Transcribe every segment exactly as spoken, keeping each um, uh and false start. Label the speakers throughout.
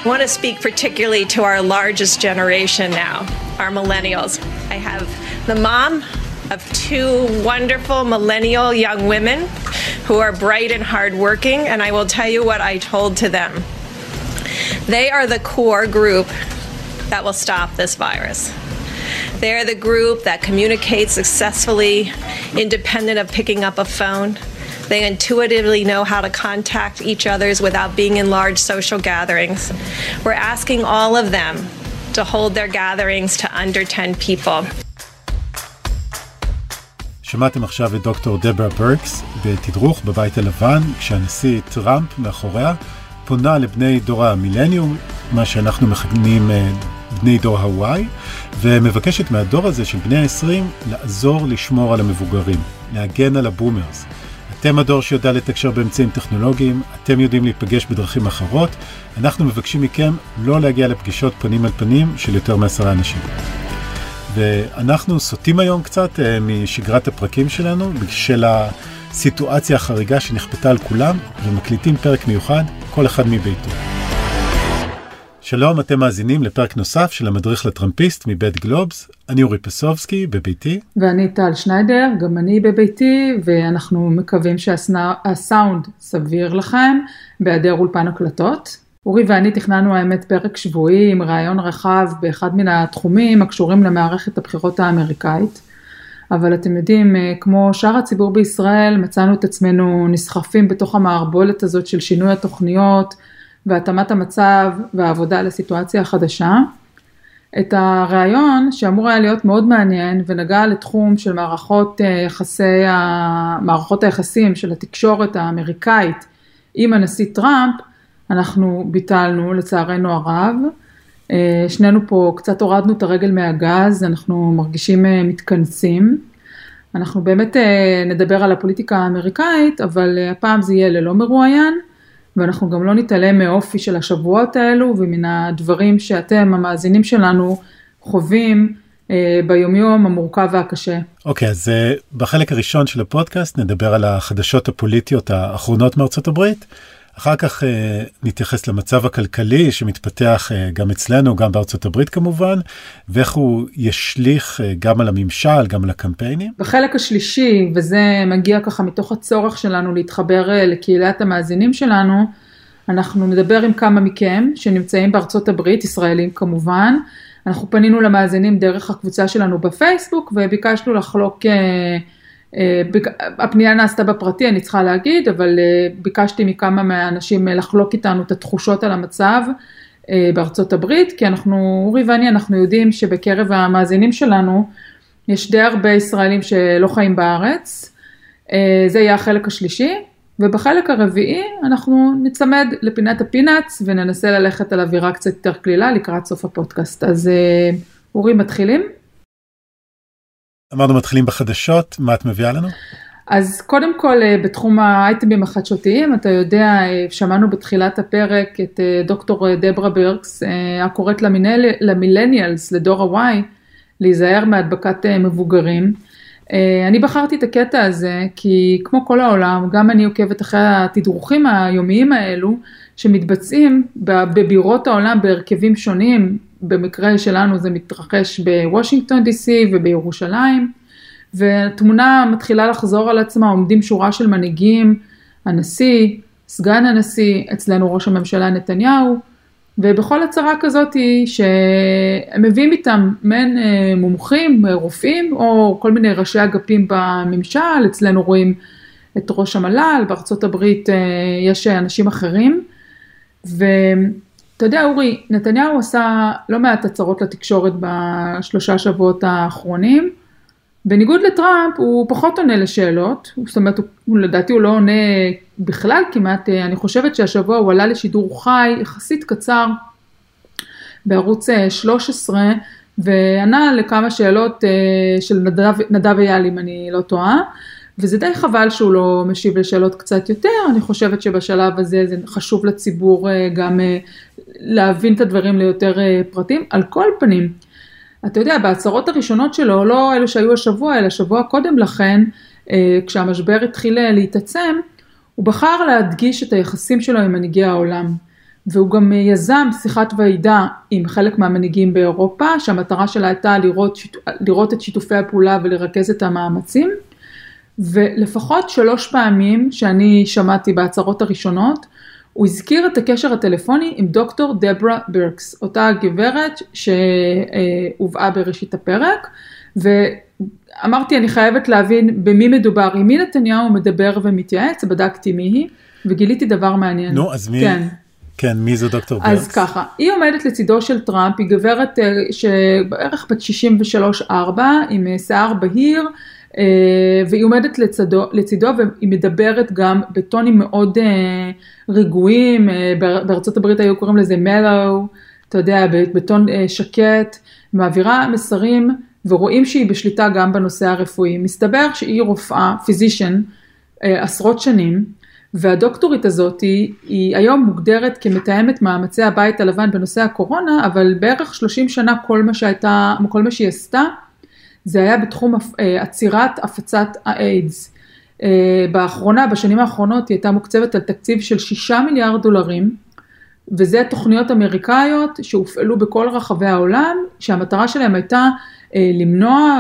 Speaker 1: I want to speak particularly to our largest generation now, our millennials. I have the mom of two wonderful millennial young women who are bright and hardworking, and I will tell you what I told to them. They are the core group that will stop this virus. They are the group that communicates successfully, independent of picking up a phone. They intuitively know how to contact each other without being in large social gatherings. We're asking all of them to hold their gatherings to under ten people.
Speaker 2: שמעתם עכשיו את דוקטור דברה ברקס בתדרוך בבית הלבן, כשהנשיא טראמפ מאחוריה פונה לבני דור המילניום, מה שאנחנו מכנים בני דור הוואי, ומבקשת מהדור הזה של בני ה-עשרים לעזור לשמור על המבוגרים, להגן על הבומרס. אתם הדור שיודע לתקשר באמצעים טכנולוגיים, אתם יודעים להיפגש בדרכים אחרות, אנחנו מבקשים מכם לא להגיע לפגישות פנים על פנים של יותר מעשרה אנשים. ואנחנו סוטים היום קצת משגרת הפרקים שלנו, בשל הסיטואציה החריגה שנכפתה על כולם, ומקליטים פרק מיוחד, כל אחד מביתו. שלום, אתם מאזינים לפרק נוסף של המדריך לטראמפיסט מבית גלובס. אני אורי פסובסקי בביתי.
Speaker 3: ואני טל שניידר, גם אני בביתי, ואנחנו מקווים שהסאונד סביר לכם, בהיעדר אולפן הקלטות. אורי ואני תכננו האמת פרק שבועי עם רעיון רחב באחד מן התחומים הקשורים למערכת הבחירות האמריקאית. אבל אתם יודעים, כמו שאר הציבור בישראל, מצאנו את עצמנו נסחפים בתוך המערבולת הזאת של שינוי התוכניות, והתאמת המצב והעבודה לסיטואציה החדשה. את הרעיון שאמור היה להיות מאוד מעניין ונגע לתחום של מערכות יחסי, מערכות היחסים של התקשורת האמריקאית עם הנשיא טראמפ, אנחנו ביטלנו לצערנו הרב. שנינו פה קצת הורדנו את הרגל מהגז, אנחנו מרגישים מתכנסים. אנחנו באמת נדבר על הפוליטיקה האמריקאית, אבל הפעם זה יהיה ללא מרואיין, ואנחנו גם לא נתעלם מאופי של השבועות האלו, ומן הדברים שאתם, המאזינים שלנו, חווים אה, ביומיום המורכב והקשה.
Speaker 2: אוקיי, okay, אז uh, בחלק הראשון של הפודקאסט נדבר על החדשות הפוליטיות האחרונות מארצות הברית, אחר כך uh, נתייחס למצב הכלכלי שמתפתח uh, גם אצלנו, גם בארצות הברית כמובן, ואיך הוא ישליך uh, גם על הממשל, גם על הקמפיינים.
Speaker 3: בחלק השלישי, וזה מגיע ככה מתוך הצורך שלנו להתחבר uh, לקהילת המאזינים שלנו, אנחנו נדבר עם כמה מכם שנמצאים בארצות הברית, ישראלים כמובן. אנחנו פנינו למאזינים דרך הקבוצה שלנו בפייסבוק, וביקשנו לחלוק... Uh, הפנייה נעשתה בפרטי, אני צריכה להגיד, אבל ביקשתי מכמה מהאנשים לחלוק איתנו את התחושות על המצב בארצות הברית, כי אנחנו, אורי ואני, אנחנו יודעים שבקרב המאזינים שלנו, יש די הרבה ישראלים שלא חיים בארץ, זה יהיה החלק השלישי, ובחלק הרביעי אנחנו נצמד לפינת הפינאץ, וננסה ללכת על אווירה קצת יותר כלילה לקראת סוף הפודקאסט. אז אורי, מתחילים?
Speaker 2: אמרנו מתחילים בחדשות, מה את מביאה לנו?
Speaker 3: אז קודם כל בתחום האייטמים החדשותיים, אתה יודע, שמענו בתחילת הפרק את דוקטור דברה ברקס, הקוראת למילניאלס, לדור הוואי, להיזהר מהדבקת מבוגרים. אני בחרתי את הקטע הזה, כי כמו כל העולם, גם אני עוקבת אחרי התדרוכים היומיים האלו, שמתבצעים בבירות העולם בהרכבים שונים, במקרה שלנו זה מתרחש בוושינגטון די סי ובירושלים, והתמונה מתחילה לחזור על עצמה, עומדים שורה של מנהיגים, הנשיא, סגן הנשיא, אצלנו ראש הממשלה נתניהו, ובכל הצרה כזאת היא שהם מביאים איתם מעין מומחים, רופאים, או כל מיני ראשי אגפים בממשל, אצלנו רואים את ראש המל"ל, בארצות הברית יש אנשים אחרים, ו... אתה יודע, אורי, נתניהו עשה לא מעט הצהרות לתקשורת בשלושה שבועות האחרונים. בניגוד לטראמפ, הוא פחות עונה לשאלות. זאת אומרת, הוא, לדעתי הוא לא עונה בכלל כמעט. אני חושבת שהשבוע הוא עלה לשידור חי, יחסית קצר, בערוץ שלוש עשרה, וענה לכמה שאלות של נדב, נדב אייל, אם אני לא טועה. וזה די חבל שהוא לא משיב לשאלות קצת יותר, אני חושבת שבשלב הזה זה חשוב לציבור גם להבין את הדברים ליותר פרטים. על כל פנים, אתה יודע, בהצהרות הראשונות שלו, לא אלו שהיו השבוע, אלא שבוע קודם לכן, כשהמשבר התחיל להתעצם, הוא בחר להדגיש את היחסים שלו עם מנהיגי העולם. והוא גם יזם שיחת ועידה עם חלק מהמנהיגים באירופה, שהמטרה שלה הייתה לראות, לראות את שיתופי הפעולה ולרכז את המאמצים, ולפחות שלוש פעמים שאני שמעתי בהצהרות הראשונות, הוא הזכיר את הקשר הטלפוני עם דוקטור דברה בירקס, אותה גברת שהובאה בראשית הפרק, ואמרתי אני חייבת להבין במי מדובר, עם מי נתניהו מדבר ומתייעץ, בדקתי מי היא, וגיליתי דבר מעניין.
Speaker 2: נו, אז מי?
Speaker 3: כן.
Speaker 2: כן, מי זו דוקטור בירקס?
Speaker 3: אז ככה, היא עומדת לצידו של טראמפ, היא גברת שבערך בת שישים ושלוש ארבע, עם שיער בהיר, והיא עומדת לצידו, לצידו והיא מדברת גם בטונים מאוד רגועים, בארצות הברית היו קוראים לזה מלו, אתה יודע, בטון שקט, מעבירה מסרים, ורואים שהיא בשליטה גם בנושא הרפואי. מסתבר שהיא רופאה, פיזישן, עשרות שנים, והדוקטורית הזאת היא, היא היום מוגדרת כמתאמת מאמצי הבית הלבן בנושא הקורונה, אבל בערך שלושים שנה כל מה שהייתה, כל מה שהיא עשתה, זה היה בתחום עצירת הפצת האיידס. באחרונה, בשנים האחרונות, היא הייתה מוקצבת על תקציב של שישה מיליארד דולרים, וזה תוכניות אמריקאיות שהופעלו בכל רחבי העולם, שהמטרה שלהם הייתה למנוע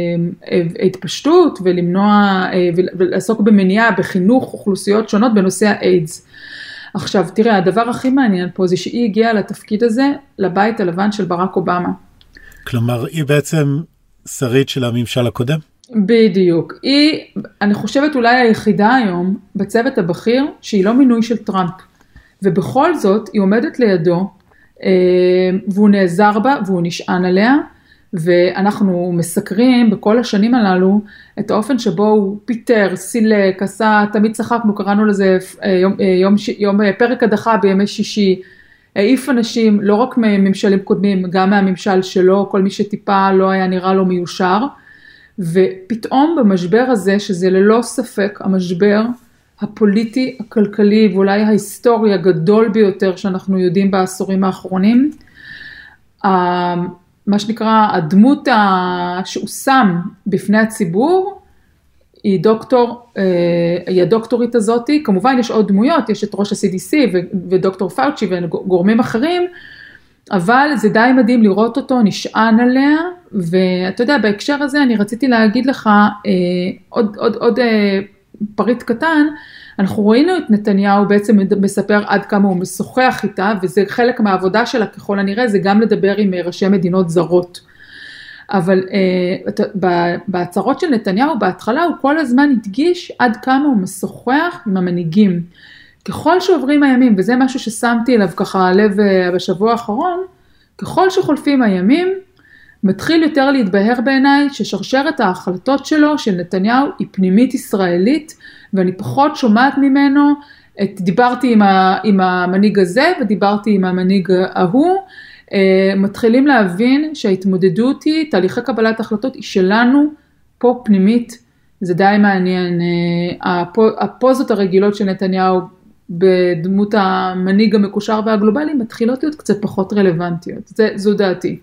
Speaker 3: התפשטות ולמנוע ולעסוק במניעה, בחינוך אוכלוסיות שונות בנושא האיידס. עכשיו, תראה, הדבר הכי מעניין פה זה שהיא הגיעה לתפקיד הזה לבית הלבן של ברק אובמה.
Speaker 2: כלומר, היא בעצם שרית של הממשל הקודם?
Speaker 3: בדיוק. היא, אני חושבת אולי היחידה היום בצוות הבכיר שהיא לא מינוי של טראמפ. ובכל זאת היא עומדת לידו, והוא נעזר בה והוא נשען עליה, ואנחנו מסקרים בכל השנים הללו את האופן שבו הוא פיטר, סילק, עשה, תמיד צחקנו, קראנו לזה יום, יום, יום פרק הדחה בימי שישי, העיף אנשים, לא רק מממשלים קודמים, גם מהממשל שלו, כל מי שטיפה לא היה נראה לו מיושר, ופתאום במשבר הזה, שזה ללא ספק המשבר הפוליטי, הכלכלי, ואולי ההיסטורי הגדול ביותר שאנחנו יודעים בעשורים האחרונים, מה שנקרא, הדמות שהוא שם בפני הציבור, היא דוקטור, היא הדוקטורית הזאת, כמובן יש עוד דמויות, יש את ראש ה-סי די סי ודוקטור פאוצ'י וגורמים אחרים, אבל זה די מדהים לראות אותו, נשען עליה, ואתה יודע, בהקשר הזה אני רציתי להגיד לך עוד, עוד, עוד פריט קטן, אנחנו ראינו את נתניהו בעצם מספר עד כמה הוא משוחח איתה, וזה חלק מהעבודה שלה ככל הנראה, זה גם לדבר עם ראשי מדינות זרות. אבל בהצהרות של נתניהו, בהתחלה הוא כל הזמן הדגיש עד כמה הוא משוחח עם המנהיגים. ככל שעוברים הימים, וזה משהו ששמתי אליו ככה לב בשבוע האחרון, ככל שחולפים הימים, מתחיל יותר להתבהר בעיניי ששרשרת ההחלטות שלו, של נתניהו, היא פנימית ישראלית, ואני פחות שומעת ממנו, את, דיברתי עם, ה, עם המנהיג הזה, ודיברתי עם המנהיג ההוא, מתחילים להבין שההתמודדות היא, תהליכי קבלת ההחלטות היא שלנו, פה פנימית, זה די מעניין, הפוזות הרגילות של נתניהו, בדמות המנהיג המקושר והגלובלי, מתחילות להיות קצת פחות רלוונטיות, זה, זו דעתי.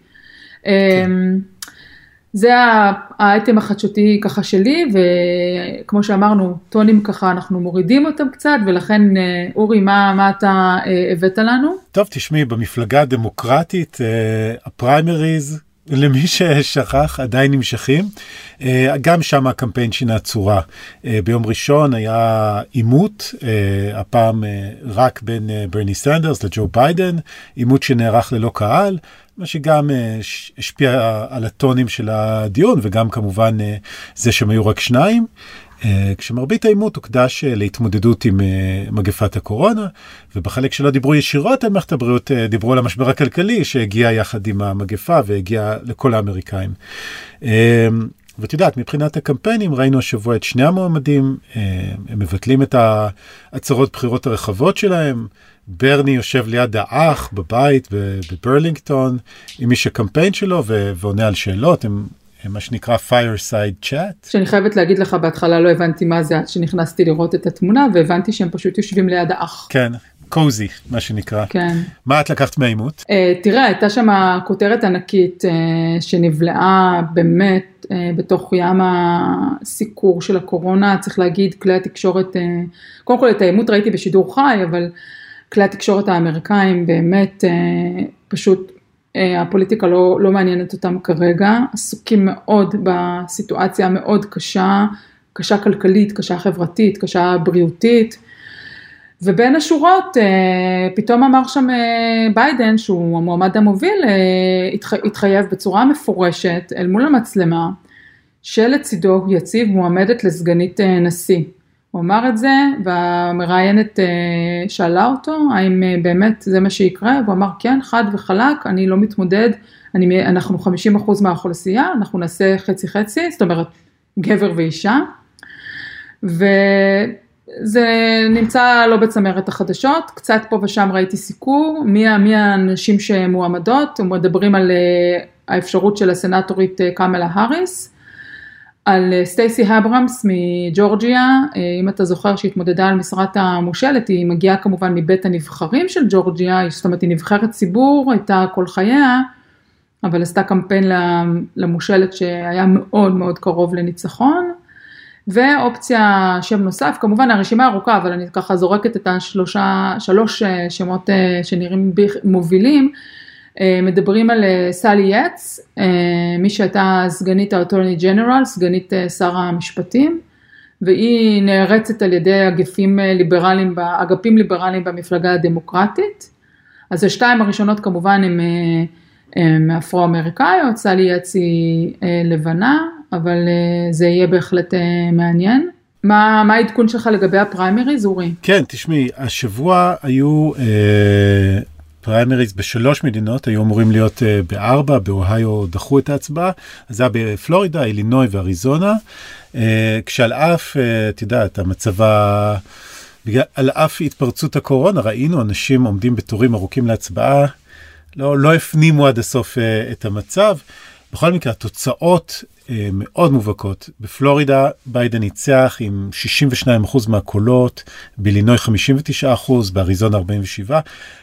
Speaker 3: זה האייטם החדשותי ככה שלי, וכמו שאמרנו, טונים ככה אנחנו מורידים אותם קצת, ולכן אורי, מה, מה אתה הבאת לנו?
Speaker 2: טוב, תשמעי, במפלגה הדמוקרטית, הפריימריז, למי ששכח, עדיין נמשכים, גם שם הקמפיין שינה צורה. ביום ראשון היה עימות, הפעם רק בין ברני סנדרס לג'ו ביידן, עימות שנערך ללא קהל, מה שגם השפיע על הטונים של הדיון, וגם כמובן זה שהם היו רק שניים. כשמרבית העימות הוקדש להתמודדות עם מגפת הקורונה, ובחלק שלא דיברו ישירות על מערכת הבריאות, דיברו על המשבר הכלכלי שהגיע יחד עם המגפה והגיע לכל האמריקאים. ואת יודעת, מבחינת הקמפיינים ראינו השבוע את שני המועמדים, הם מבטלים את ההצהרות בחירות הרחבות שלהם, ברני יושב ליד האח בבית בברלינגטון, עם מי שקמפיין שלו ועונה על שאלות, הם מה שנקרא fireside chat.
Speaker 3: שאני חייבת להגיד לך, בהתחלה לא הבנתי מה זה, שנכנסתי לראות את התמונה, והבנתי שהם פשוט יושבים ליד האח.
Speaker 2: כן, קוזי, מה שנקרא.
Speaker 3: כן.
Speaker 2: מה את לקחת מהעימות?
Speaker 3: Uh, תראה, הייתה שם כותרת ענקית, uh, שנבלעה באמת, uh, בתוך ים הסיקור של הקורונה, צריך להגיד, כלי התקשורת, uh, קודם כל את העימות ראיתי בשידור חי, אבל כלי התקשורת האמריקאים באמת פשוט, הפוליטיקה לא, לא מעניינת אותם כרגע, עסוקים מאוד בסיטואציה המאוד קשה, קשה כלכלית, קשה חברתית, קשה בריאותית, ובין השורות, פתאום אמר שם ביידן, שהוא המועמד המוביל, התחייב בצורה מפורשת אל מול המצלמה, שלצידו הוא יציב מועמדת לסגנית נשיא. הוא אמר את זה, והמראיינת שאלה אותו, האם באמת זה מה שיקרה, והוא אמר כן, חד וחלק, אני לא מתמודד, אני, אנחנו חמישים אחוז מהאוכלוסייה, אנחנו נעשה חצי חצי, זאת אומרת, גבר ואישה, וזה נמצא לא בצמרת החדשות, קצת פה ושם ראיתי סיקור, מי, מי האנשים שמועמדות, מדברים על האפשרות של הסנטורית קמלה האריס, על סטייסי אברמס מג'ורג'יה, אם אתה זוכר שהתמודדה על משרת המושלת, היא מגיעה כמובן מבית הנבחרים של ג'ורג'יה, זאת אומרת היא נבחרת ציבור, הייתה כל חייה, אבל עשתה קמפיין למושלת שהיה מאוד מאוד קרוב לניצחון, ואופציה שם נוסף, כמובן הרשימה ארוכה, אבל אני ככה זורקת את השלושה, שלוש שמות שנראים מובילים, מדברים על סלי יץ, מי שהייתה סגנית האטורני ג'נרל, סגנית שר המשפטים, והיא נערצת על ידי אגפים ליברליים, אגפים ליברליים במפלגה הדמוקרטית. אז השתיים הראשונות כמובן הם אפרו-אמריקאיות, סלי יץ היא לבנה, אבל זה יהיה בהחלט מעניין. מה, מה העדכון שלך לגבי הפריימריז, אורי?
Speaker 2: כן, תשמעי, השבוע היו אה, פריימריז בשלוש מדינות, היו אמורים להיות אה, בארבע, באוהיו דחו את ההצבעה, אז זה היה בפלורידה, אילינוי ואריזונה, אה, כשעל אף, אה, את יודעת, המצבה, בגלל, על אף התפרצות הקורונה, ראינו אנשים עומדים בתורים ארוכים להצבעה, לא, לא הפנימו עד הסוף אה, את המצב, בכל מקרה, התוצאות אה, מאוד מובהקות. בפלורידה, ביידן ניצח עם שישים ושניים אחוז מהקולות, באילינוי חמישים ותשעה אחוז, באריזונה ארבעים ושבעה.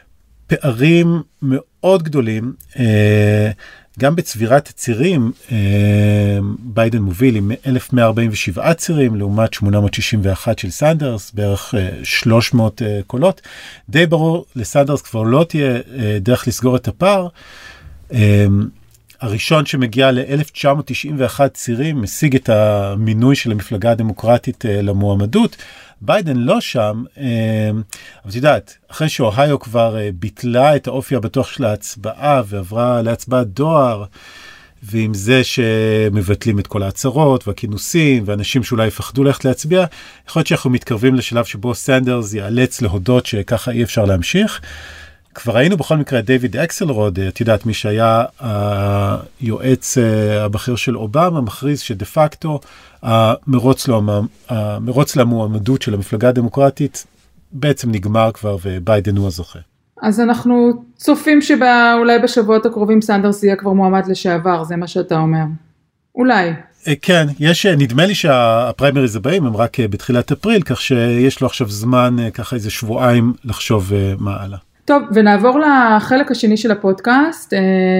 Speaker 2: פערים מאוד גדולים, אה, גם בצבירת הצירים, אה, ביידן מוביל עם אלף מאה ארבעים ושבעה צירים, לעומת שמונה מאות שישים ואחת של סנדרס, בערך אה, שלוש מאות אה, קולות. די ברור, לסנדרס כבר לא תהיה אה, דרך לסגור את הפער. אה, הראשון שמגיע ל-אלף תשע מאות תשעים ואחת צירים, משיג את המינוי של המפלגה הדמוקרטית למועמדות. ביידן לא שם, אבל תדעת, אחרי שאוהיו כבר ביטלה את האופי הבטוח של ההצבעה, ועברה להצבעת דואר, ועם זה שמבטלים את כל ההצהרות והכינוסים, ואנשים שאולי יפחדו ללכת להצביע, יכול להיות שאנחנו מתקרבים לשלב שבו סנדרס ייאלץ להודות שככה אי אפשר להמשיך. כבר ראינו בכל מקרה דיוויד אקסלרוד, את יודעת מי שהיה היועץ הבכיר של אובמה, מכריז שדה פקטו המרוץ, לו, המרוץ למועמדות של המפלגה הדמוקרטית בעצם נגמר כבר וביידן הוא הזוכה. אז אנחנו צופים שאולי בשבועות הקרובים סנדרס יהיה כבר מועמד לשעבר, זה מה שאתה אומר. אולי. כן, יש, נדמה לי שהפריימריז הבאים הם רק בתחילת אפריל, כך שיש לו עכשיו זמן ככה איזה שבועיים לחשוב מה הלאה.
Speaker 3: טוב, ונעבור לחלק השני של הפודקאסט,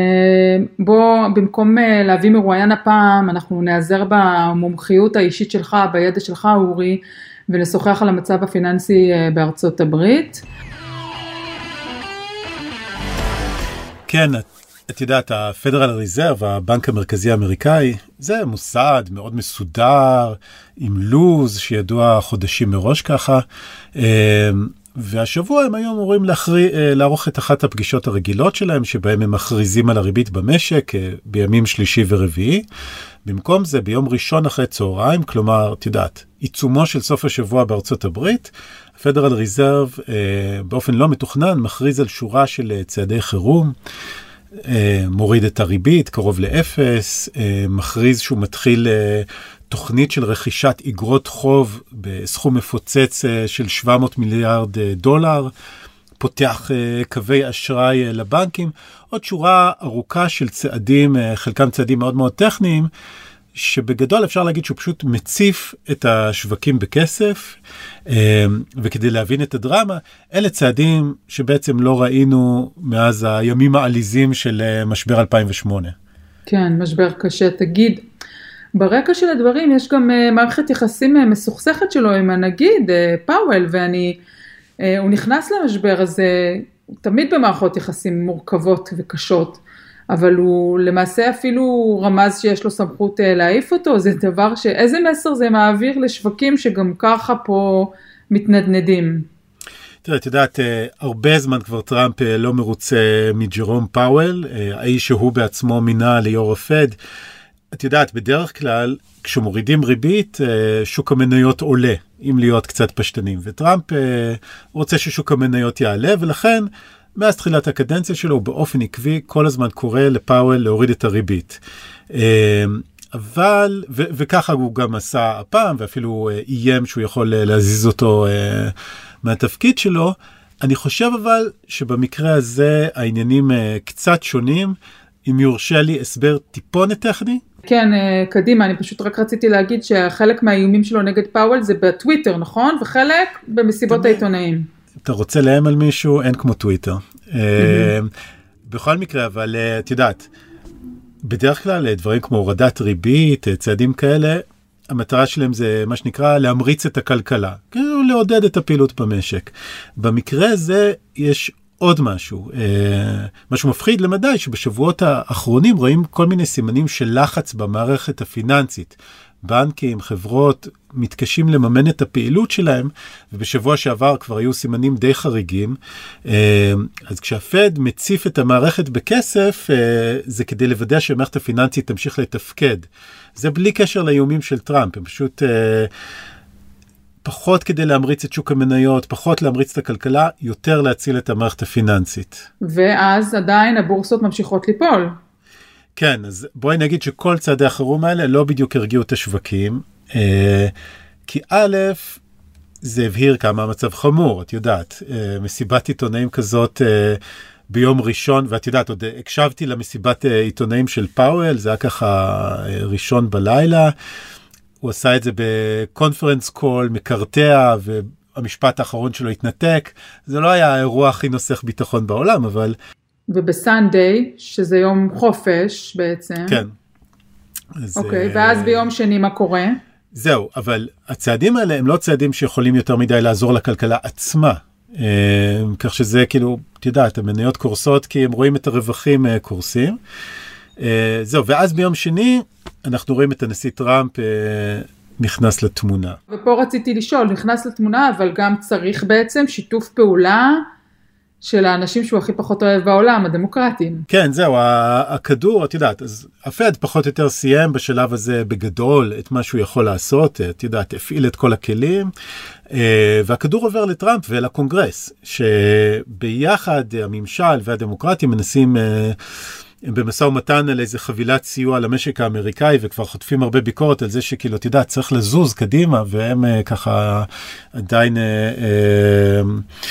Speaker 3: בו במקום להביא מרואיין הפעם, אנחנו נעזר במומחיות האישית שלך, בידע שלך אורי, ונשוחח על המצב הפיננסי בארצות הברית.
Speaker 2: כן, את יודעת, הפדרל ריזרב, הבנק המרכזי האמריקאי, זה מוסד מאוד מסודר, עם לוז שידוע חודשים מראש ככה, והשבוע הם היו אמורים להחרי, לערוך את אחת הפגישות הרגילות שלהם, שבהם הם מכריזים על הריבית במשק בימים שלישי ורביעי. במקום זה, ביום ראשון אחרי צהריים, כלומר, תדעת, עיצומו של סוף השבוע בארצות הברית, הפדרל ריזרב באופן לא מתוכנן מכריז על שורה של צעדי חירום, מוריד את הריבית, קרוב לאפס, מכריז שהוא מתחיל תוכנית של רכישת אגרות חוב בסכום מפוצץ של שבע מאות מיליארד דולר, פותח קווי אשראי לבנקים, עוד שורה ארוכה של צעדים, חלקם צעדים מאוד מאוד טכניים, שבגדול אפשר להגיד שהוא פשוט מציף את השווקים בכסף, וכדי להבין את הדרמה, אלה צעדים שבעצם לא ראינו מאז הימים העליזים של משבר אלפיים ושמונה.
Speaker 3: כן, משבר קשה. תגיד, ברקע של הדברים יש גם מערכת יחסים מסוכסכת שלו עם הנגיד, פאוול, ואני הוא נכנס למשבר הזה, הוא תמיד במערכות יחסים מורכבות וקשות, אבל הוא למעשה אפילו רמז שיש לו סמכות להעיף אותו, זה דבר שאיזה מסר זה מעביר לשווקים שגם ככה פה מתנדנדים.
Speaker 2: תראה, את יודעת, הרבה זמן כבר טראמפ לא מרוצה מג'רום פאוול, האיש שהוא בעצמו מינה ליו"ר הפד. את יודעת, בדרך כלל, כשמורידים ריבית, שוק המניות עולה, אם להיות קצת פשטנים. וטראמפ רוצה ששוק המניות יעלה, ולכן, מאז תחילת הקדנציה שלו, באופן עקבי, כל הזמן קורא לפאוול להוריד את הריבית. אבל, ו- וככה הוא גם עשה הפעם, ואפילו איים שהוא יכול להזיז אותו מהתפקיד שלו. אני חושב אבל שבמקרה הזה העניינים קצת שונים. אם יורשה לי הסבר טיפונת טכני?
Speaker 3: כן, קדימה, אני פשוט רק רציתי להגיד שחלק מהאיומים שלו נגד פאוול זה בטוויטר, נכון? וחלק במסיבות העיתונאים.
Speaker 2: אתה רוצה להם על מישהו? אין כמו טוויטר. בכל מקרה, אבל את יודעת, בדרך כלל דברים כמו הורדת ריבית, צעדים כאלה, המטרה שלהם זה מה שנקרא להמריץ את הכלכלה, כאילו לעודד את הפעילות במשק. במקרה הזה יש עוד משהו, משהו מפחיד למדי, שבשבועות האחרונים רואים כל מיני סימנים של לחץ במערכת הפיננסית. בנקים, חברות, מתקשים לממן את הפעילות שלהם, ובשבוע שעבר כבר היו סימנים די חריגים. אז כשהפד מציף את המערכת בכסף, זה כדי לוודא שהמערכת הפיננסית תמשיך לתפקד. זה בלי קשר לאיומים של טראמפ, הם פשוט פחות כדי להמריץ את שוק המניות, פחות להמריץ את הכלכלה, יותר להציל את המערכת הפיננסית.
Speaker 3: ואז עדיין הבורסות ממשיכות ליפול.
Speaker 2: כן, אז בואי נגיד שכל צעדי החירום האלה לא בדיוק הרגיעו את השווקים, כי א', זה הבהיר כמה המצב חמור, את יודעת, מסיבת עיתונאים כזאת ביום ראשון, ואת יודעת, עוד הקשבתי למסיבת עיתונאים של פאוול, זה היה ככה ראשון בלילה, הוא עשה את זה בקונפרנס קול, מקרטע, והמשפט האחרון שלו התנתק, זה לא היה האירוע הכי נוסח ביטחון בעולם, אבל...
Speaker 3: ובסנדיי, שזה יום חופש בעצם.
Speaker 2: כן.
Speaker 3: אוקיי, ואז ביום שני מה קורה?
Speaker 2: זהו, אבל הצעדים האלה הם לא צעדים שיכולים יותר מדי לעזור לכלכלה עצמה. כך שזה כאילו, את יודעת, המניות קורסות כי הם רואים את הרווחים קורסים. זהו, ואז ביום שני אנחנו רואים את הנשיא טראמפ נכנס לתמונה.
Speaker 3: ופה רציתי לשאול, נכנס לתמונה, אבל גם צריך בעצם שיתוף פעולה של האנשים שהוא הכי פחות אוהב בעולם, הדמוקרטים.
Speaker 2: כן, זהו, הכדור, את יודעת, אז הפד פחות או יותר סיים בשלב הזה בגדול את מה שהוא יכול לעשות, את יודעת, הפעיל את כל הכלים, והכדור עובר לטראמפ ולקונגרס, שביחד הממשל והדמוקרטים מנסים... הם במשא ומתן על איזה חבילת סיוע למשק האמריקאי, וכבר חוטפים הרבה ביקורת על זה שכאילו, אתה יודע, צריך לזוז קדימה, והם ככה עדיין אה, אה,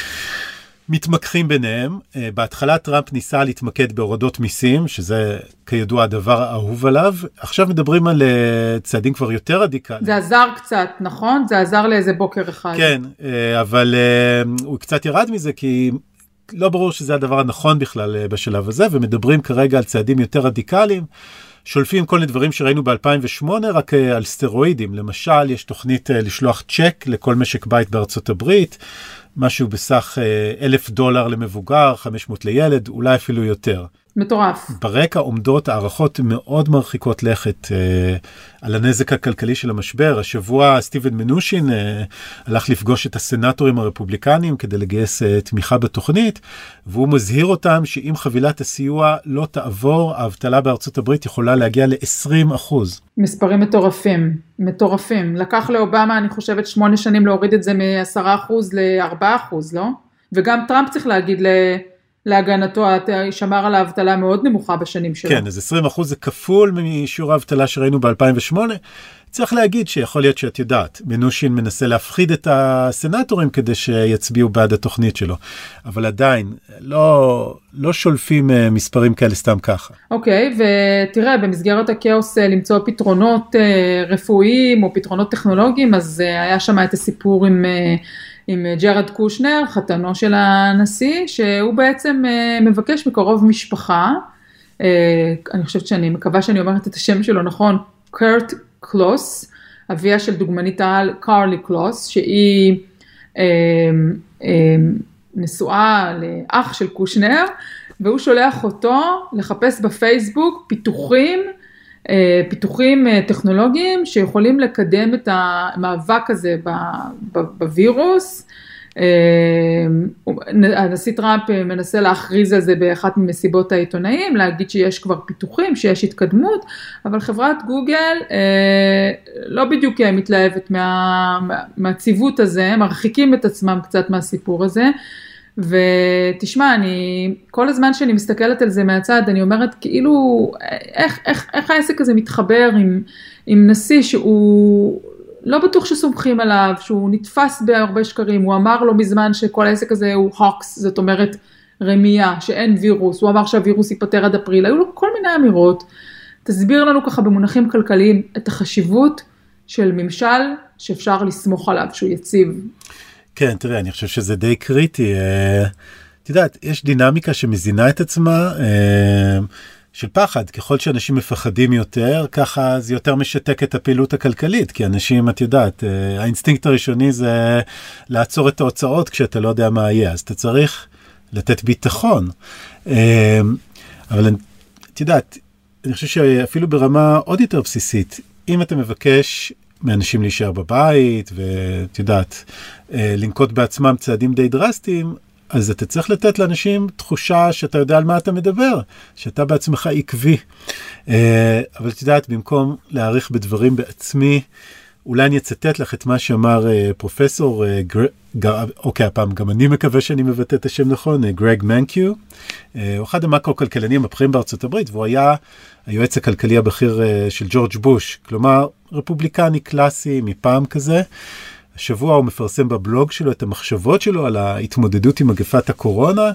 Speaker 2: מתמקחים ביניהם. אה, בהתחלה טראמפ ניסה להתמקד בהורדות מיסים, שזה כידוע הדבר האהוב עליו. עכשיו מדברים על אה, צעדים כבר יותר רדיקליים.
Speaker 3: זה עזר קצת, נכון? זה עזר לאיזה בוקר אחד.
Speaker 2: כן, אה, אבל אה, הוא קצת ירד מזה, כי... לא ברור שזה הדבר הנכון בכלל בשלב הזה, ומדברים כרגע על צעדים יותר רדיקליים, שולפים כל מיני דברים שראינו ב-אלפיים ושמונה, רק על סטרואידים. למשל, יש תוכנית לשלוח צ'ק לכל משק בית בארצות הברית, משהו בסך אלף דולר למבוגר, חמש מאות לילד, אולי אפילו יותר.
Speaker 3: מטורף.
Speaker 2: ברקע עומדות הערכות מאוד מרחיקות לכת אה, על הנזק הכלכלי של המשבר. השבוע סטיבן מנושין אה, הלך לפגוש את הסנטורים הרפובליקנים כדי לגייס אה, תמיכה בתוכנית, והוא מזהיר אותם שאם חבילת הסיוע לא תעבור, האבטלה בארצות הברית יכולה להגיע ל-עשרים אחוז.
Speaker 3: מספרים מטורפים, מטורפים. לקח לאובמה, אני חושבת, שמונה שנים להוריד את זה מ-עשרה אחוז ל-ארבעה אחוז, לא? וגם טראמפ צריך להגיד ל... להגנתו, שמר על האבטלה מאוד נמוכה בשנים שלו.
Speaker 2: כן, אז עשרים אחוז זה כפול משיעור האבטלה שראינו ב-אלפיים ושמונה. צריך להגיד שיכול להיות שאת יודעת, מנושין מנסה להפחיד את הסנטורים כדי שיצביעו בעד התוכנית שלו. אבל עדיין, לא, לא שולפים מספרים כאלה סתם ככה.
Speaker 3: אוקיי, ותראה, במסגרת הכאוס למצוא פתרונות רפואיים או פתרונות טכנולוגיים, אז היה שם את הסיפור עם... עם ג'רד קושנר, חתנו של הנשיא, שהוא בעצם מבקש מקרוב משפחה, אני חושבת שאני מקווה שאני אומרת את השם שלו נכון, קרט קלוס, אביה של דוגמנית העל קרלי קלוס, שהיא נשואה לאח של קושנר, והוא שולח אותו לחפש בפייסבוק פיתוחים, פיתוחים טכנולוגיים שיכולים לקדם את המאבק הזה בווירוס. הנשיא טראמפ מנסה להכריז על זה באחת ממסיבות העיתונאים, להגיד שיש כבר פיתוחים, שיש התקדמות, אבל חברת גוגל לא בדיוק מתלהבת מה, מהציוות הזה, מרחיקים את עצמם קצת מהסיפור הזה, ותשמע, אני, כל הזמן שאני מסתכלת על זה מהצד, אני אומרת כאילו, איך, איך, איך העסק הזה מתחבר עם, עם נשיא שהוא לא בטוח שסומכים עליו, שהוא נתפס בהרבה שקרים, הוא אמר לו מזמן שכל העסק הזה הוא הוקס, זאת אומרת רמייה, שאין וירוס, הוא אמר שהווירוס ייפטר עד אפריל, היו לו כל מיני אמירות, תסביר לנו ככה במונחים כלכליים את החשיבות של ממשל שאפשר לסמוך עליו, שהוא יציב.
Speaker 2: כן, תראה, אני חושב שזה די קריטי, את יודעת, יש דינמיקה שמזינה את עצמה, של פחד, ככל שאנשים מפחדים יותר, ככה זה יותר משתק את הפעילות הכלכלית, כי אנשים, את יודעת, האינסטינקט הראשוני זה לעצור את ההוצאות כשאתה לא יודע מה יהיה, אז אתה צריך לתת ביטחון. אבל את יודעת, אני חושב שאפילו ברמה עוד יותר בסיסית, אם אתה מבקש מאנשים להישאר בבית, ואת יודעת, לנקוט בעצמם צעדים די דרסטיים, אז אתה צריך לתת לאנשים תחושה שאתה יודע על מה אתה מדבר, שאתה בעצמך עקבי. אבל את יודעת, במקום להעריך בדברים בעצמי, אולי אני אצטט לך את מה שאמר פרופסור, אוקיי, הפעם גם אני מקווה שאני מבטא את השם נכון, גרג מנקיו, הוא אחד המקרו-כלכלנים הבכירים בארצות הברית, והוא היה היועץ הכלכלי הבכיר של ג'ורג' בוש, כלומר, רפובליקני קלאסי מפעם כזה. השבוע הוא מפרסם בבלוג שלו את המחשבות שלו על ההתמודדות עם מגפת הקורונה,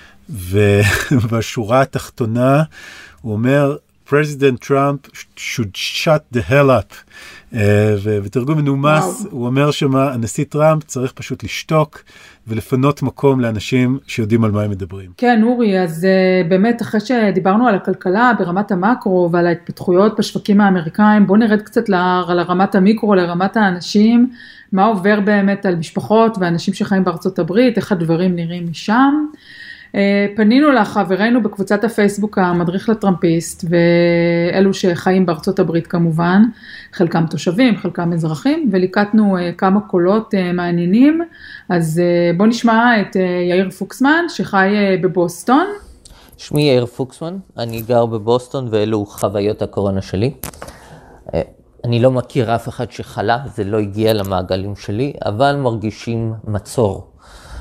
Speaker 2: ובשורה התחתונה הוא אומר, President Trump should shut the hell up. ובתרגום מנומס, הוא אומר שמה, הנשיא טראמפ צריך פשוט לשתוק, ולפנות מקום לאנשים שיודעים על מה הם מדברים.
Speaker 3: כן, אורי, אז באמת אחרי שדיברנו על הכלכלה ברמת המקרו, ועל ההתפתחויות בשווקים האמריקאים, בואו נרד קצת לרמת המיקרו, לרמת האנשים, מה עובר באמת על משפחות ואנשים שחיים בארצות הברית, איך הדברים נראים משם. פנינו לחברינו בקבוצת הפייסבוק המדריך לטראמפיסט, ואלו שחיים בארצות הברית כמובן, חלקם תושבים, חלקם אזרחים, וליקטנו כמה קולות מעניינים, אז בוא נשמע את יאיר פוקסמן שחי בבוסטון.
Speaker 4: שמי יאיר פוקסמן, אני גר בבוסטון ואלו חוויות הקורונה שלי. אני לא מכיר אף אחד שחלה, זה לא הגיע למעגלים שלי, אבל מרגישים מצור.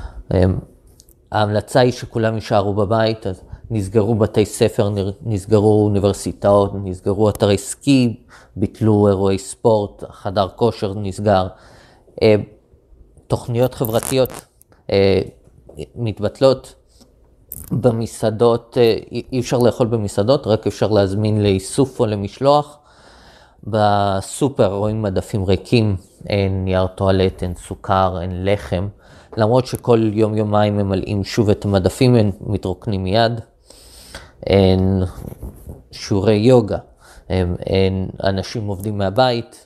Speaker 4: ההמלצה היא שכולם יישארו בבית, אז נסגרו בתי ספר, נסגרו אוניברסיטאות, נסגרו אתרי סקי, ביטלו אירועי ספורט, חדר כושר נסגר. תוכניות חברתיות מתבטלות, במסעדות, אי אפשר לאכול במסעדות, רק אפשר להזמין לאיסוף או למשלוח. בסופר רואים מדפים ריקים, אין נייר טואלט, אין סוכר, אין לחם. למרות שכל יום יומיים ממלאים שוב את המדפים, הם מתרוקנים מיד. אין שיעורי יוגה, אין אנשים עובדים מהבית,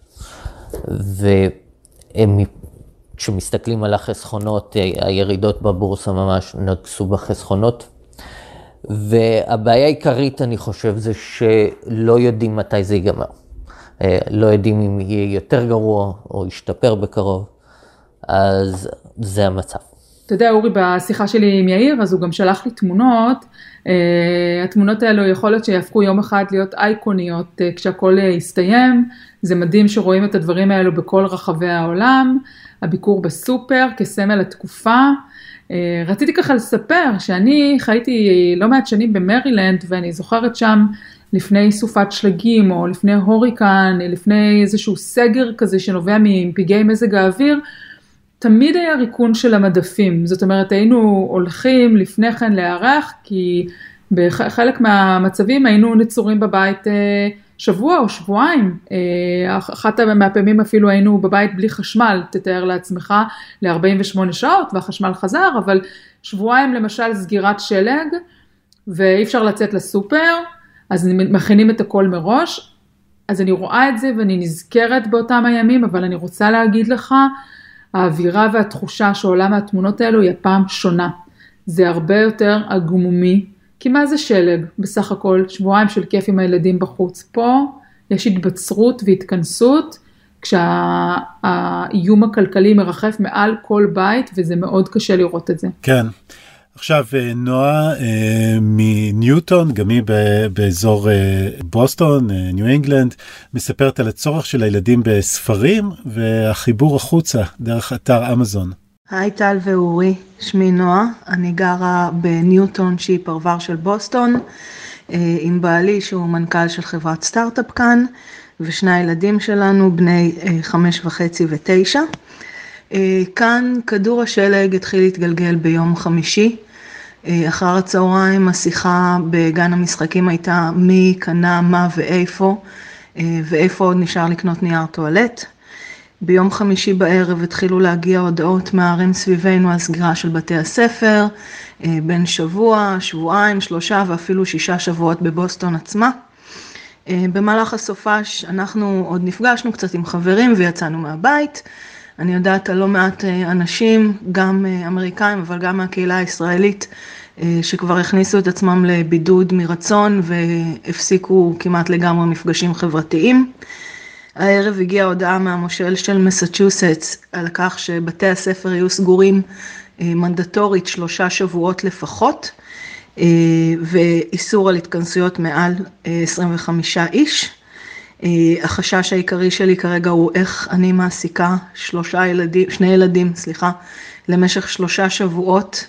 Speaker 4: וכשמסתכלים על החסכונות, הירידות בבורסה ממש נגסו בחסכונות. והבעיה העיקרית, אני חושב, זה שלא יודעים מתי זה ייגמר. לא יודעים אם יהיה יותר גרוע או ישתפר בקרוב. אז זה המצב.
Speaker 3: אתה יודע, אורי, בשיחה שלי עם יאיר, אז הוא גם שלח לי תמונות, התמונות האלו יכול להיות שיהפכו יום אחד להיות אייקוניות כשהכל יסתיים, זה מדהים שרואים את הדברים האלו בכל רחבי העולם, הביקור בסופר כסמל התקופה, רציתי ככה לספר שאני חייתי לא מעט שנים במרילנד, ואני זוכרת שם לפני סופת שלגים, או לפני הוריקן, לפני איזשהו סגר כזה שנובע מפגעי מזג האוויר, תמיד היה ריקון של המדפים, זאת אומרת היינו הולכים לפני כן להיערך, כי בחלק מהמצבים היינו נצורים בבית שבוע או שבועיים, אחת מהפעמים אפילו היינו בבית בלי חשמל, תתאר לעצמך, ל-ארבעים ושמונה שעות והחשמל חזר, אבל שבועיים למשל סגירת שלג, ואי אפשר לצאת לסופר, אז מכינים את הכל מראש, אז אני רואה את זה ואני נזכרת באותם הימים, אבל אני רוצה להגיד לך, האווירה והתחושה שעולה מהתמונות האלו היא הפעם שונה. זה הרבה יותר עגמומי, כי מה זה שלג? בסך הכל שבועיים של כיף עם הילדים בחוץ. פה יש התבצרות והתכנסות, כשהאיום הכלכלי מרחף מעל כל בית, וזה מאוד קשה לראות את זה.
Speaker 2: כן. עכשיו, נועה מניוטון, גם היא באזור בוסטון, ניו אינגלנד, מספרת על הצורך של הילדים בספרים, והחיבור החוצה דרך אתר אמזון.
Speaker 5: היי טל ואורי, שמי נועה, אני גרה בניוטון שהיא פרבר של בוסטון, עם בעלי שהוא מנכ"ל של חברת סטארט-אפ כאן, ושני הילדים שלנו בני חמש וחצי ותשע. כאן כדור השלג התחיל להתגלגל ביום חמישי, אחר הצהריים השיחה בגן המשחקים הייתה מי קנה מה ואיפה, ואיפה עוד נשאר לקנות נייר טואלט. ביום חמישי בערב התחילו להגיע הודעות מהערים סביבנו על סגירה של בתי הספר, בין שבוע, שבועיים, שלושה ואפילו שישה שבועות בבוסטון עצמה. במהלך הסופש אנחנו עוד נפגשנו קצת עם חברים ויצאנו מהבית. אני יודעת על לא מעט אנשים, גם אמריקאים אבל גם מהקהילה הישראלית, שכבר הכניסו את עצמם לבידוד מרצון והפסיקו כמעט לגמרי מפגשים חברתיים. הערב הגיעה הודעה מהמושל של מסצ'וסטס על כך שבתי הספר יהיו סגורים מנדטורית שלושה שבועות לפחות, ואיסור על התכנסויות מעל עשרים וחמישה איש. החשש העיקרי שלי כרגע הוא איך אני מעסיקה שלושה ילדים, שני ילדים, סליחה, למשך שלושה שבועות.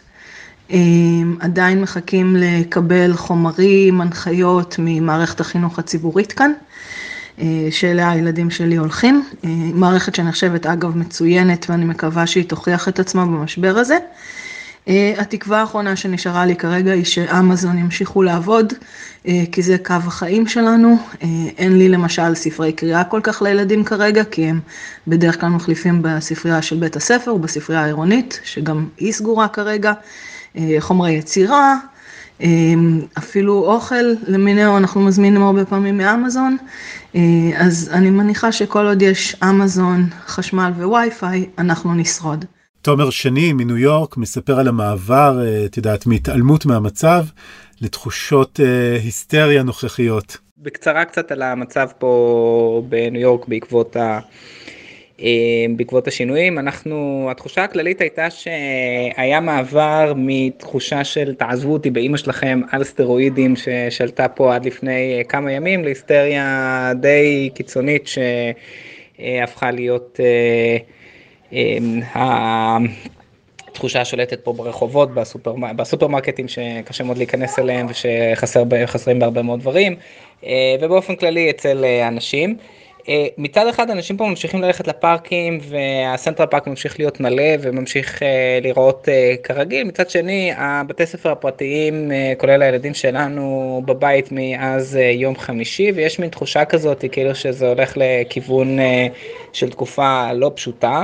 Speaker 5: עדיין מחכים לקבל חומרים, הנחיות ממערכת החינוך הציבורית כאן, שאלה הילדים שלי הולכים. מערכת שנחשבת אגב מצוינת ואני מקווה שהיא תוכיח את עצמה במשבר הזה. התקווה האחרונה שנשארה לי כרגע היא שאמזון ימשיכו לעבוד, כי זה קו החיים שלנו. אין לי למשל ספרי קריאה כל כך לילדים כרגע, כי הם בדרך כלל מחליפים בספרייה של בית הספר או בספרייה העירונית, שגם היא סגורה כרגע. חומרי יצירה, אפילו אוכל למיניהו אנחנו מזמינים הרבה פעמים מאמזון, אז אני מניחה שכל עוד יש אמזון, חשמל ווי-פיי, אנחנו נשרוד.
Speaker 2: תומר שני מניו יורק מספר על המעבר, את יודעת, מהתעלמות מהמצב לתחושות היסטריה נוכחיות.
Speaker 6: בקצרה קצת על המצב פה בניו יורק בעקבות ה... בעקבות השינויים. אנחנו, התחושה הכללית הייתה שהיה מעבר מתחושה של תעזבו אותי באמא שלכם על סטרואידים ששלטה פה עד לפני כמה ימים, להיסטריה די קיצונית שהפכה להיות התחושה השולטת פה ברחובות, בסופר, בסופרמרקטים שקשה מאוד להיכנס אליהם ושחסרים בהרבה מאוד דברים, ובאופן כללי אצל אנשים. מצד אחד אנשים פה ממשיכים ללכת לפארקים והסנטרל פארק ממשיך להיות מלא וממשיך לראות כרגיל. מצד שני הבתי ספר הפרטיים כולל הילדים שלנו בבית מאז יום חמישי, ויש מין תחושה כזאת כאילו שזה הולך לכיוון של תקופה לא פשוטה.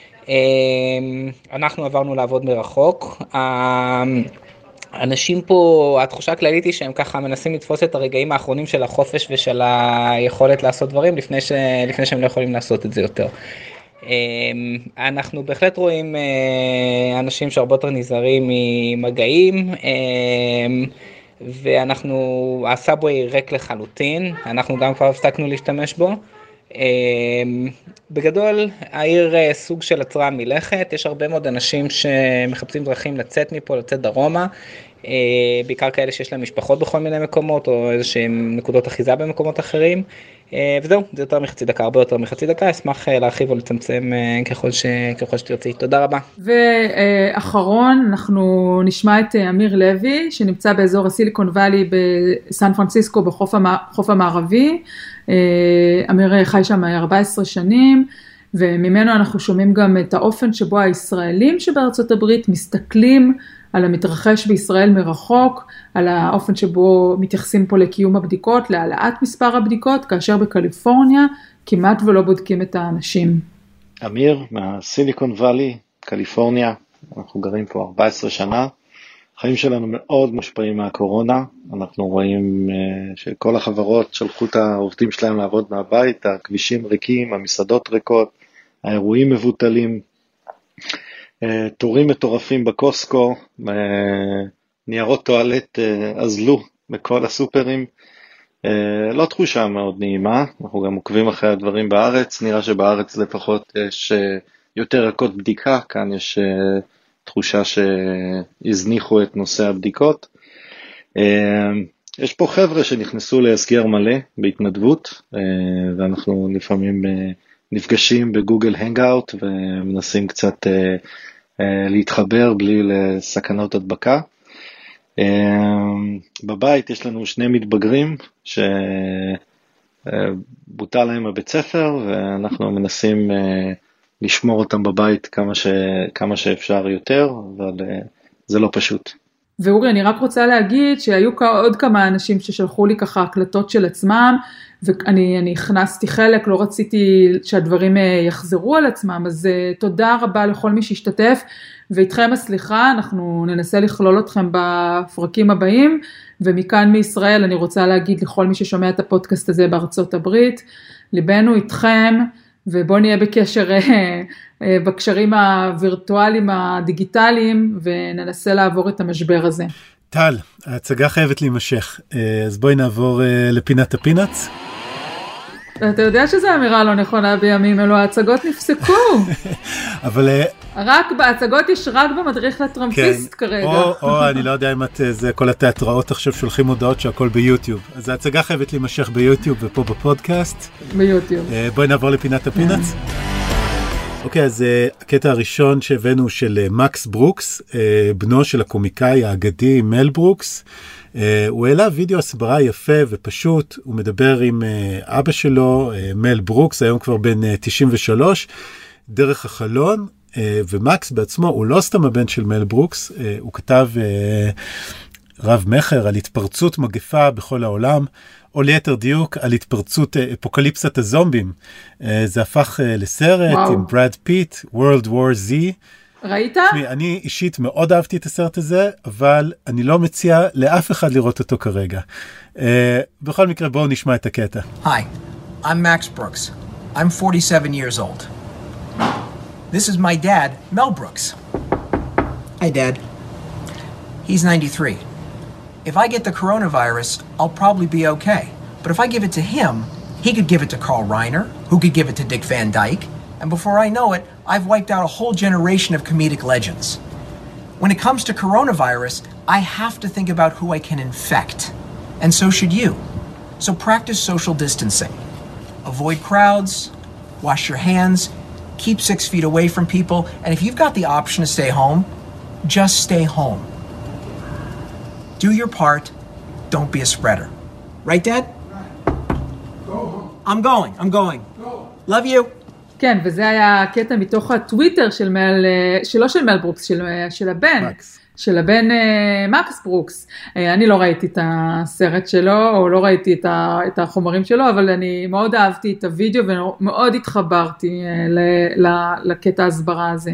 Speaker 6: אנחנו עברנו לעבוד מרחוק. אנשים פה, התחושה הכללית היא שהם ככה מנסים לתפוס את הרגעים האחרונים של החופש ושל היכולת לעשות דברים לפני, ש... לפני שהם לא יכולים לעשות את זה יותר. אנחנו בהחלט רואים אנשים שהרבה יותר נזהרים ממגעים, ואנחנו, הסאבווי ריק לחלוטין, אנחנו גם כבר הפסקנו להשתמש בו. בגדול העיר סוג של עצרה מלכת, יש הרבה מאוד אנשים שמחפשים דרכים לצאת מפה, לצאת דרומה, בעיקר כאלה שיש להם משפחות בכל מיני מקומות או איזשהם נקודות אחיזה במקומות אחרים, וזהו, זה יותר מחצי דקה, הרבה יותר מחצי דקה, אשמח להרחיב או לצמצם ככל, ש... ככל שתרצי. תודה רבה.
Speaker 3: ואחרון, אנחנו נשמע את אמיר לוי, שנמצא באזור הסיליקון ואלי בסן פרנסיסקו בחוף המערבי. אמיר חי שם ארבע עשרה שנים, וממנו אנחנו שומעים גם את האופן שבו הישראלים שבארצות הברית מסתכלים על המתרחש בישראל מרחוק, על האופן שבו מתייחסים פה לקיום הבדיקות, להעלאת מספר הבדיקות, כאשר בקליפורניה כמעט ולא בודקים את האנשים.
Speaker 7: אמיר מהסיליקון ואלי, קליפורניה, אנחנו גרים פה ארבע עשרה שנה, החיים שלנו מאוד מושפעים מהקורונה, אנחנו רואים שכל החברות שלחו את העובדים שלהם לעבוד מהבית, הכבישים ריקים, המסעדות ריקות, האירועים מבוטלים, תורים מטורפים בקוסקו, ניירות טואלט אזלו בכל הסופרים, לא תחושה מאוד נעימה, אנחנו גם עוקבים אחרי הדברים בארץ, נראה שבארץ לפחות יש יותר ערכות בדיקה, כאן יש תחושה שהזניחו את נושא הבדיקות. יש פה חבר'ה שנכנסו להסגר מלא בהתנדבות, ואנחנו לפעמים נפגשים בגוגל הנגאוט ומנסים קצת להתחבר בלי לסכנות הדבקה. בבית יש לנו שני מתבגרים שבוטל להם הבית ספר, ואנחנו מנסים לשמור אותם בבית כמה, ש... כמה שאפשר יותר, אבל זה לא פשוט.
Speaker 3: ואורי, אני רק רוצה להגיד שהיו עוד כמה אנשים ששלחו לי ככה הקלטות של עצמם, ואני אני הכנסתי חלק, לא רציתי שהדברים יחזרו על עצמם, אז תודה רבה לכל מי שהשתתף, ואיתכם הסליחה, אנחנו ננסה לכלול אתכם בפרקים הבאים, ומכאן מישראל אני רוצה להגיד לכל מי ששומע את הפודקאסט הזה בארצות הברית, ליבנו איתכם, ובואו נהיה בקשר בקשרים הווירטואליים הדיגיטליים, וננסה לעבור את המשבר הזה.
Speaker 2: טל, ההצגה חייבת להימשך, אז בואי נעבור לפינת הפינאץ.
Speaker 3: אתה יודע שזו אמירה לא נכונה בימים אלו, ההצגות נפסקו.
Speaker 2: אבל...
Speaker 3: רק בהצגות יש רק במדריך לטראמפיסט כרגע.
Speaker 2: או, או, אני לא יודע אם את, זה כל התיאטראות עכשיו שולחים הודעות שהכל ביוטיוב. אז ההצגה חייבת להימשך ביוטיוב ופה בפודקאסט.
Speaker 3: ביוטיוב.
Speaker 2: בואי נעבור לפינת הפינאץ. אוקיי, אז הקטע הראשון שהבאנו של מקס ברוקס, בנו של הקומיקאי האגדי מל ברוקס. הוא העלה וידאו הסברה יפה ופשוט, הוא מדבר עם אבא שלו, מל ברוקס, היום כבר בן תשעים ושלוש, דרך החלון, ומקס בעצמו הוא לא סתם הבן של מל ברוקס, הוא כתב רב מחר על התפרצות מגפה בכל העולם, או ליתר דיוק על התפרצות אפוקליפסת הזומבים. זה הפך לסרט וואו. עם ברד פיט, World War Z.
Speaker 3: ראית?
Speaker 2: תשמעי, אני אישית מאוד אהבתי את הסרט הזה, אבל אני לא מציע לאף אחד לראות אותו כרגע. Uh, בכל מקרה, בואו נשמע את הקטע.
Speaker 8: Hi, I'm Max Brooks. I'm forty-seven years old. This is my dad, Mel Brooks. Hi, Dad. He's ninety-three. If I get the coronavirus, I'll probably be okay. But if I give it to him, he could give it to Carl Reiner, who could give it to Dick Van Dyke, and before I know it, I've wiped out a whole generation of comedic legends. When it comes to coronavirus, I have to think about who I can infect. And so should you. So practice social distancing. Avoid crowds, wash your hands, keep six feet away from people, and if you've got the option to stay home, just stay home. Do your part, don't be a spreader. Right, Dad? Go home. I'm going, I'm going. Go. Love you.
Speaker 3: כן, וזה היה קטע מתוך הטוויטר של מל, שלא של מל ברוקס, של, של הבן, מקס. של הבן מקס ברוקס. אני לא ראיתי את הסרט שלו, או לא ראיתי את, ה, את החומרים שלו, אבל אני מאוד אהבתי את הוידאו, ומאוד התחברתי ל, ל, לקטע הסברה הזה.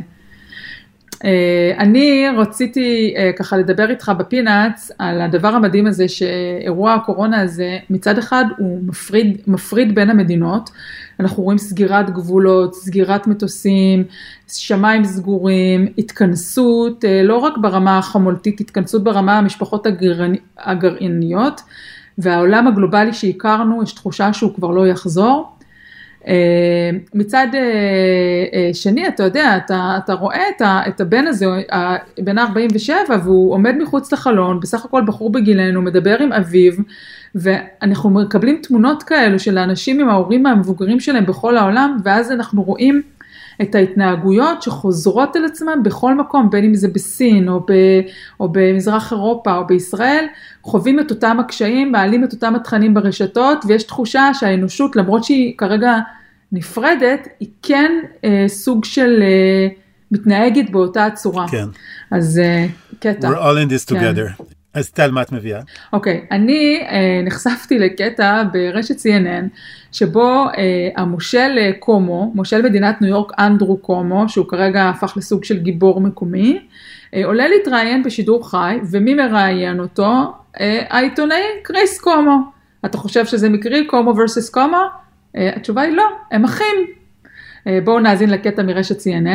Speaker 3: אני רציתי ככה לדבר איתך בפינאץ על הדבר המדהים הזה שאירוע הקורונה הזה מצד אחד הוא מפריד, מפריד בין המדינות, אנחנו רואים סגירת גבולות, סגירת מטוסים, שמיים סגורים, התכנסות, לא רק ברמה החמולתית, התכנסות ברמה המשפחות הגרעיניות, והעולם הגלובלי שהכרנו יש תחושה שהוא כבר לא יחזור, מצד שני, אתה יודע, אתה, אתה רואה את הבן הזה, בן ארבעים ושבע, והוא עומד מחוץ לחלון, בסך הכל בחור בגילנו, מדבר עם אביו, ואנחנו מקבלים תמונות כאלו של האנשים עם ההורים המבוגרים שלהם בכל העולם, ואז אנחנו רואים את ההתנהגויות שחוזרות על עצמם בכל מקום, בין אם זה בסין, או, ב, או במזרח אירופה, או בישראל, חווים את אותם הקשיים, מעלים את אותם התכנים ברשתות, ויש תחושה שהאנושות, למרות שהיא כרגע נפרדת, היא כן אה, סוג של אה, מתנהגת באותה הצורה.
Speaker 2: כן.
Speaker 3: אז אה, קטע.
Speaker 2: We're all in this together. כן. אז טל, מה את מביאה?
Speaker 3: אוקיי, אני אה, נחשפתי לקטע ברשת סי אן אן, שבו אה, המושל קומו, מושל מדינת ניו יורק אנדרו קומו, שהוא כרגע הפך לסוג של גיבור מקומי, אה, עולה להתראיין בשידור חי, ומי מראיין אותו? אה, העיתונאי קריס קומו. אתה חושב שזה מקרי, קומו versus קומו? אה, התשובה היא לא, הם אחים. אה, בואו נאזין לקטע מרשת סי אן אן.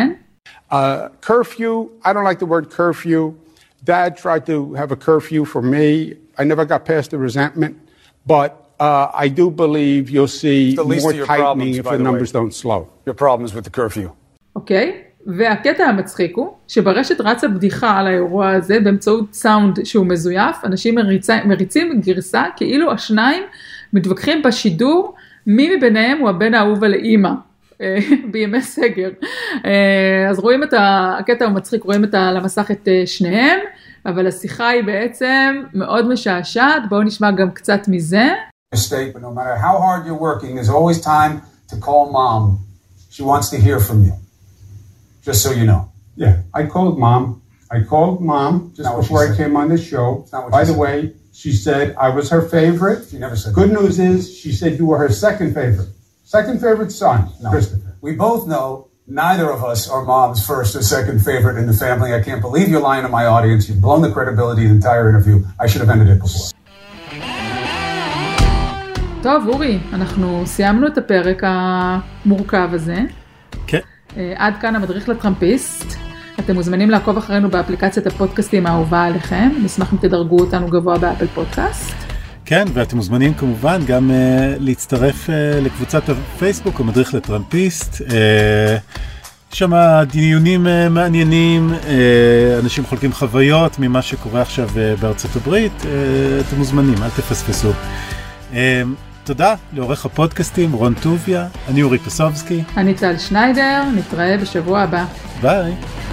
Speaker 9: Uh, curfew, I don't like the word curfew. Dad tried to have a curfew for me. I never got past the resentment, but uh, I do believe you'll see more tightening if the numbers don't slow.
Speaker 10: Your problems with the curfew.
Speaker 3: אוקיי, והקטע המצחיק הוא שברשת רצה בדיחה על האירוע הזה באמצעות סאונד שהוא מזויף, אנשים מריצים, מריצים גרסה כאילו השניים מתווכחים בשידור מי מביניהם הוא הבן האהוב על האמא. בימי סגר. אז רואים את הקטע המצחיק, רואים את על המסך את שניהם, אבל השיחה היא בעצם מאוד משעשעת, בואו נשמע גם קצת מזה.
Speaker 10: Mistake, but no matter how hard you're working, there's always time to call mom. She wants to hear from you. Just so you know.
Speaker 9: Yeah, I called mom. I called mom just before I came on the show. By the way, she said I was her favorite.
Speaker 10: She never said
Speaker 9: Good
Speaker 10: that.
Speaker 9: news is she said you were her second favorite. Second favorite son,
Speaker 10: no.
Speaker 9: Christopher.
Speaker 10: We both know neither of us are mom's first or second favorite in the family. I can't believe you're lying to my audience. You've blown the credibility of the entire interview. I should have ended it before.
Speaker 3: טוב, אורי, אנחנו סיימנו את הפרק המורכב הזה.
Speaker 2: כן.
Speaker 3: עד כאן המדריך לטראמפיסט. אתם מוזמנים לעקוב אחרינו באפליקציית הפודקאסטים האהובה עליכם. נשמח אם תדרגו אותנו גבוה באפל פודקאסט.
Speaker 2: כן, ואתם מוזמנים כמובן גם uh, להצטרף uh, לקבוצת הפייסבוק, המדריך לטראמפיסט. Uh, שם דיונים uh, מעניינים, uh, אנשים חולקים חוויות ממה שקורה עכשיו uh, בארצות הברית. Uh, אתם מוזמנים, אל תפספסו. Uh, תודה לעורך הפודקאסטים, רון טוביה, אני אורי פסובסקי.
Speaker 3: אני טל שניידר, נתראה בשבוע הבא.
Speaker 2: ביי.